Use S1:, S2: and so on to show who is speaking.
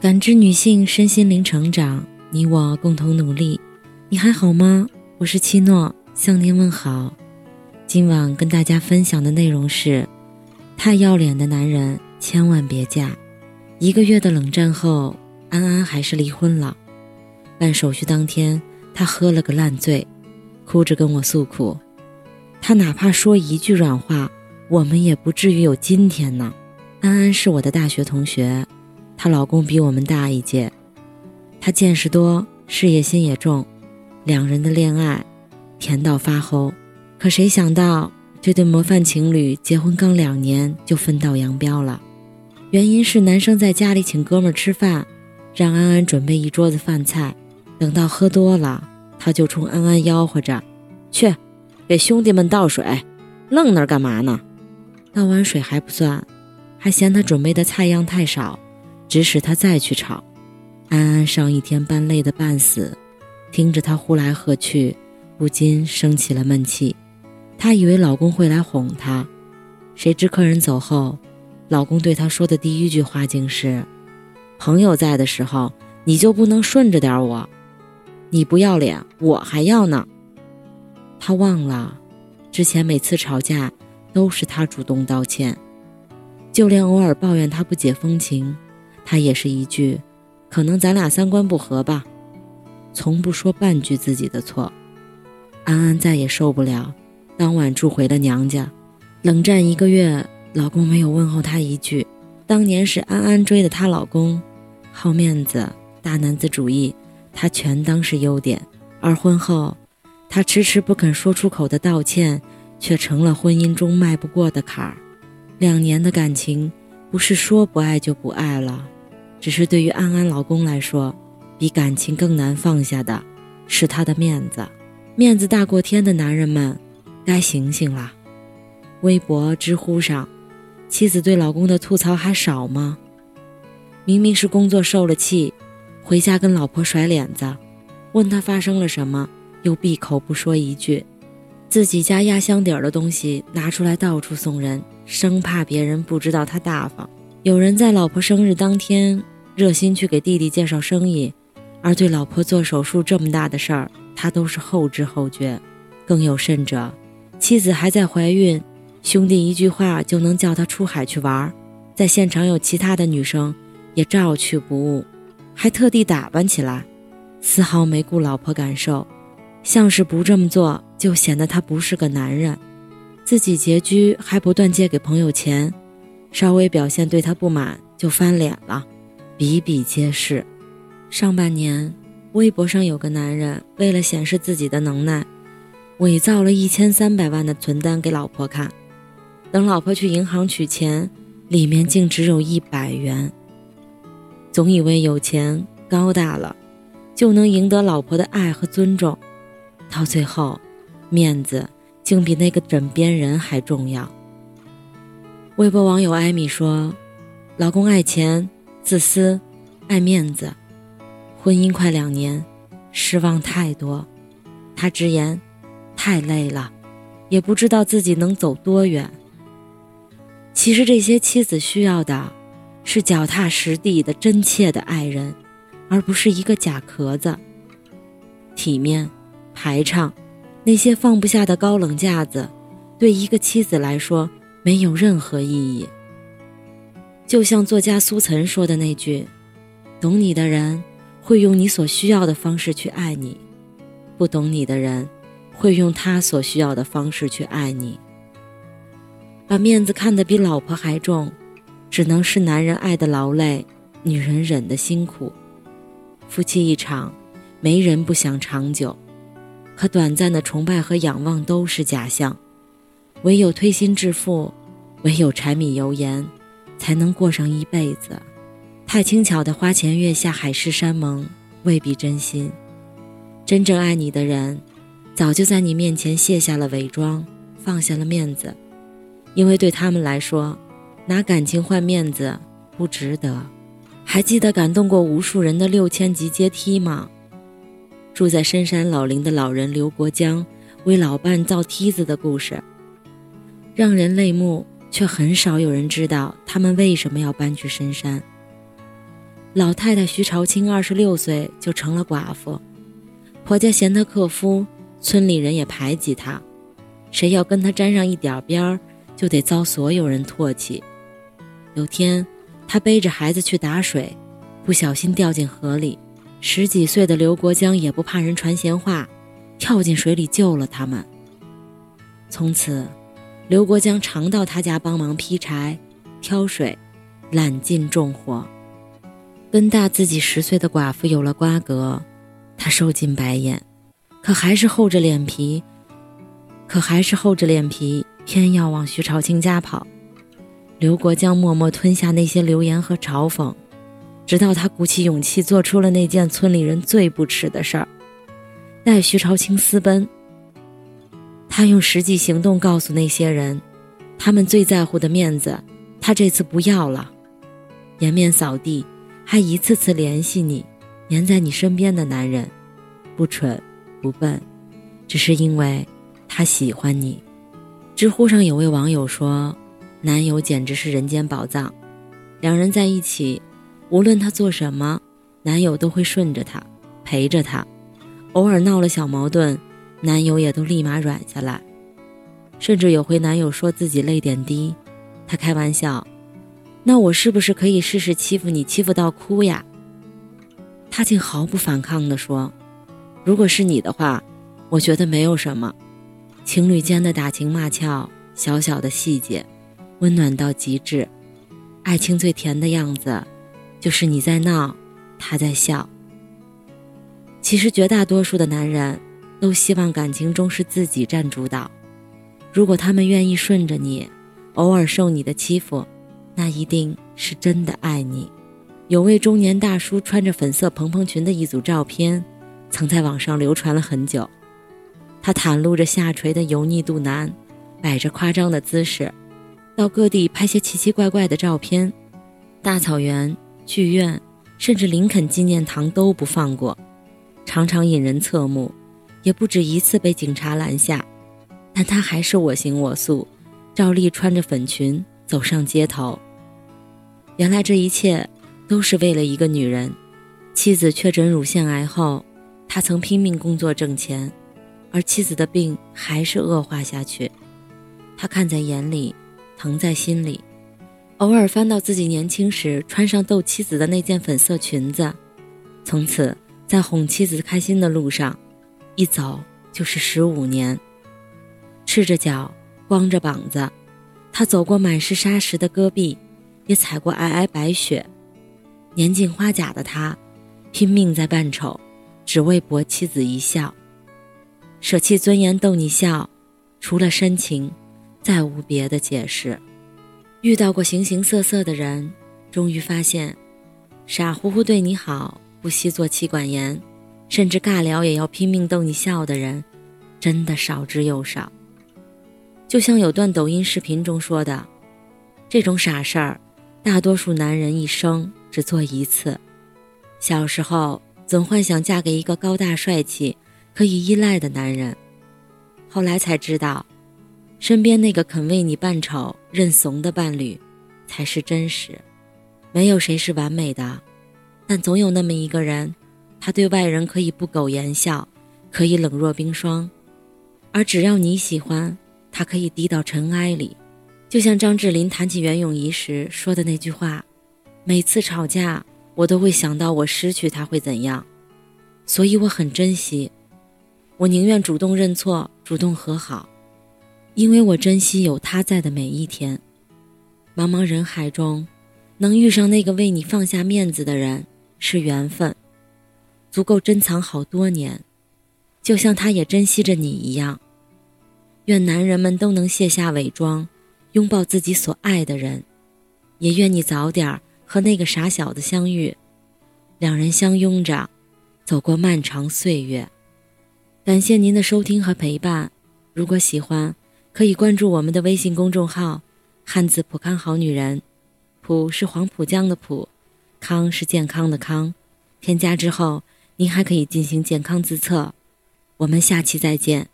S1: 感知女性身心灵成长，你我共同努力。你还好吗？我是七诺，向您问好。今晚跟大家分享的内容是：太要脸的男人千万别嫁。1个月的冷战后，安安还是离婚了。办手续当天，他喝了个烂醉，哭着跟我诉苦。他哪怕说一句软话，我们也不至于有今天呢。安安是我的大学同学，她老公比我们大一届，她见识多，事业心也重，2人的恋爱甜到发齁。可谁想到这对模范情侣结婚刚2年就分道扬镳了。原因是男生在家里请哥们儿吃饭，让安安准备一桌子饭菜，等到喝多了，他就冲安安吆喝着：去给兄弟们倒水，愣那儿干嘛呢？倒完水还不算，还嫌他准备的菜样太少，指使他再去炒。安安上一天班累得半死，听着他呼来喝去，不禁生起了闷气。她以为老公会来哄她，谁知客人走后，老公对她说的第一句话竟是：朋友在的时候，你就不能顺着点我？你不要脸，我还要呢。她忘了，之前每次吵架都是他主动道歉，就连偶尔抱怨他不解风情，他也是一句可能咱俩3观不合吧，从不说半句自己的错。安安再也受不了，当晚住回了娘家。冷战1个月，老公没有问候她一句。当年是安安追的她老公，好面子大男子主义，她全当是优点。而婚后，她迟迟不肯说出口的道歉，却成了婚姻中迈不过的坎儿。2年的感情，不是说不爱就不爱了，只是对于安安老公来说，比感情更难放下的是他的面子。面子大过天的男人们，该醒醒啦！微博、知乎上，妻子对老公的吐槽还少吗？明明是工作受了气，回家跟老婆甩脸子，问他发生了什么，又闭口不说一句。自己家压箱底儿的东西拿出来到处送人，生怕别人不知道他大方。有人在老婆生日当天热心去给弟弟介绍生意，而对老婆做手术这么大的事儿，他都是后知后觉。更有甚者，妻子还在怀孕，兄弟一句话就能叫他出海去玩，在现场有其他的女生也照去不误，还特地打扮起来，丝毫没顾老婆感受，像是不这么做就显得他不是个男人。自己拮据还不断借给朋友钱，稍微表现对他不满就翻脸了，比比皆是。上半年微博上有个男人为了显示自己的能耐，伪造了1300万的存单给老婆看，等老婆去银行取钱，里面竟只有100元。总以为有钱高大了就能赢得老婆的爱和尊重，到最后面子竟比那个枕边人还重要。微博网友艾米说，老公爱钱、自私、爱面子，婚姻快2年，失望太多。她直言太累了，也不知道自己能走多远。其实这些妻子需要的是脚踏实地的真切的爱人，而不是一个假壳子。体面、排场，那些放不下的高冷架子，对一个妻子来说没有任何意义。就像作家苏岑说的那句，懂你的人会用你所需要的方式去爱你，不懂你的人会用他所需要的方式去爱你。把面子看得比老婆还重，只能是男人爱的劳累，女人忍的辛苦。夫妻一场，没人不想长久，可短暂的崇拜和仰望都是假象，唯有推心置腹，唯有柴米油盐，才能过上一辈子。太轻巧的花前月下海誓山盟，未必真心。真正爱你的人，早就在你面前卸下了伪装，放下了面子，因为对他们来说，拿感情换面子不值得。还记得感动过无数人的6000级阶梯吗？住在深山老林的老人刘国江为老伴造梯子的故事，让人泪目，却很少有人知道他们为什么要搬去深山。 老太太徐朝清26岁就成了寡妇，婆家嫌她克夫，村里人也排挤她，谁要跟她沾上一点边儿，就得遭所有人唾弃。有天，她背着孩子去打水，不小心掉进河里，10几岁的刘国江也不怕人传闲话，跳进水里救了他们。从此，刘国江常到他家帮忙劈柴、挑水、揽尽重活。跟大自己10岁的寡妇有了瓜葛，他受尽白眼，可还是厚着脸皮，偏要往徐朝清家跑。刘国江默默吞下那些流言和嘲讽，直到他鼓起勇气做出了那件村里人最不耻的事儿，带徐朝清私奔。他用实际行动告诉那些人，他们最在乎的面子，他这次不要了。颜面扫地，还一次次联系你，黏在你身边的男人，不蠢不笨，只是因为他喜欢你。知乎上有位网友说，男友简直是人间宝藏，两人在一起，无论他做什么，男友都会顺着他，陪着他，偶尔闹了小矛盾，男友也都立马软下来。甚至有回男友说自己泪点低，他开玩笑，那我是不是可以试试欺负你，欺负到哭呀？他竟毫不反抗地说，如果是你的话，我觉得没有什么。情侣间的打情骂俏，小小的细节，温暖到极致。爱情最甜的样子，就是你在闹，他在笑。其实绝大多数的男人都希望感情中是自己占主导，如果他们愿意顺着你，偶尔受你的欺负，那一定是真的爱你。有位中年大叔穿着粉色蓬蓬裙的一组照片，曾在网上流传了很久。他袒露着下垂的油腻肚腩，摆着夸张的姿势，到各地拍些奇奇怪怪的照片，大草原、剧院，甚至林肯纪念堂都不放过，常常引人侧目，也不止一次被警察拦下，但他还是我行我素，照例穿着粉裙走上街头。原来这一切都是为了一个女人。妻子确诊乳腺癌后，他曾拼命工作挣钱，而妻子的病还是恶化下去。他看在眼里，疼在心里，偶尔翻到自己年轻时穿上逗妻子的那件粉色裙子，从此在哄妻子开心的路上，一走就是15年。赤着脚，光着膀子，他走过满是沙石的戈壁，也踩过皑皑白雪。年近花甲的他，拼命在扮丑，只为博妻子一笑。舍弃尊严逗你笑，除了深情，再无别的解释。遇到过形形色色的人，终于发现，傻乎乎对你好，不惜做妻管严，甚至尬聊也要拼命逗你笑的人，真的少之又少。就像有段抖音视频中说的，这种傻事儿，大多数男人一生只做一次。小时候总幻想嫁给一个高大帅气可以依赖的男人，后来才知道，身边那个肯为你扮丑认怂的伴侣才是真实。没有谁是完美的，但总有那么一个人，他对外人可以不苟言笑，可以冷若冰霜，而只要你喜欢，他可以低到尘埃里。就像张智霖谈起袁咏仪时说的那句话，每次吵架我都会想到我失去他会怎样，所以我很珍惜，我宁愿主动认错，主动和好，因为我珍惜有他在的每一天。茫茫人海中，能遇上那个为你放下面子的人是缘分，足够珍藏好多年，就像他也珍惜着你一样。愿男人们都能卸下伪装，拥抱自己所爱的人，也愿你早点和那个傻小子相遇，两人相拥着走过漫长岁月。感谢您的收听和陪伴，如果喜欢，可以关注我们的微信公众号汉字浦康好女人，浦是黄浦江的浦，康是健康的康，添加之后您还可以进行健康自测。我们下期再见。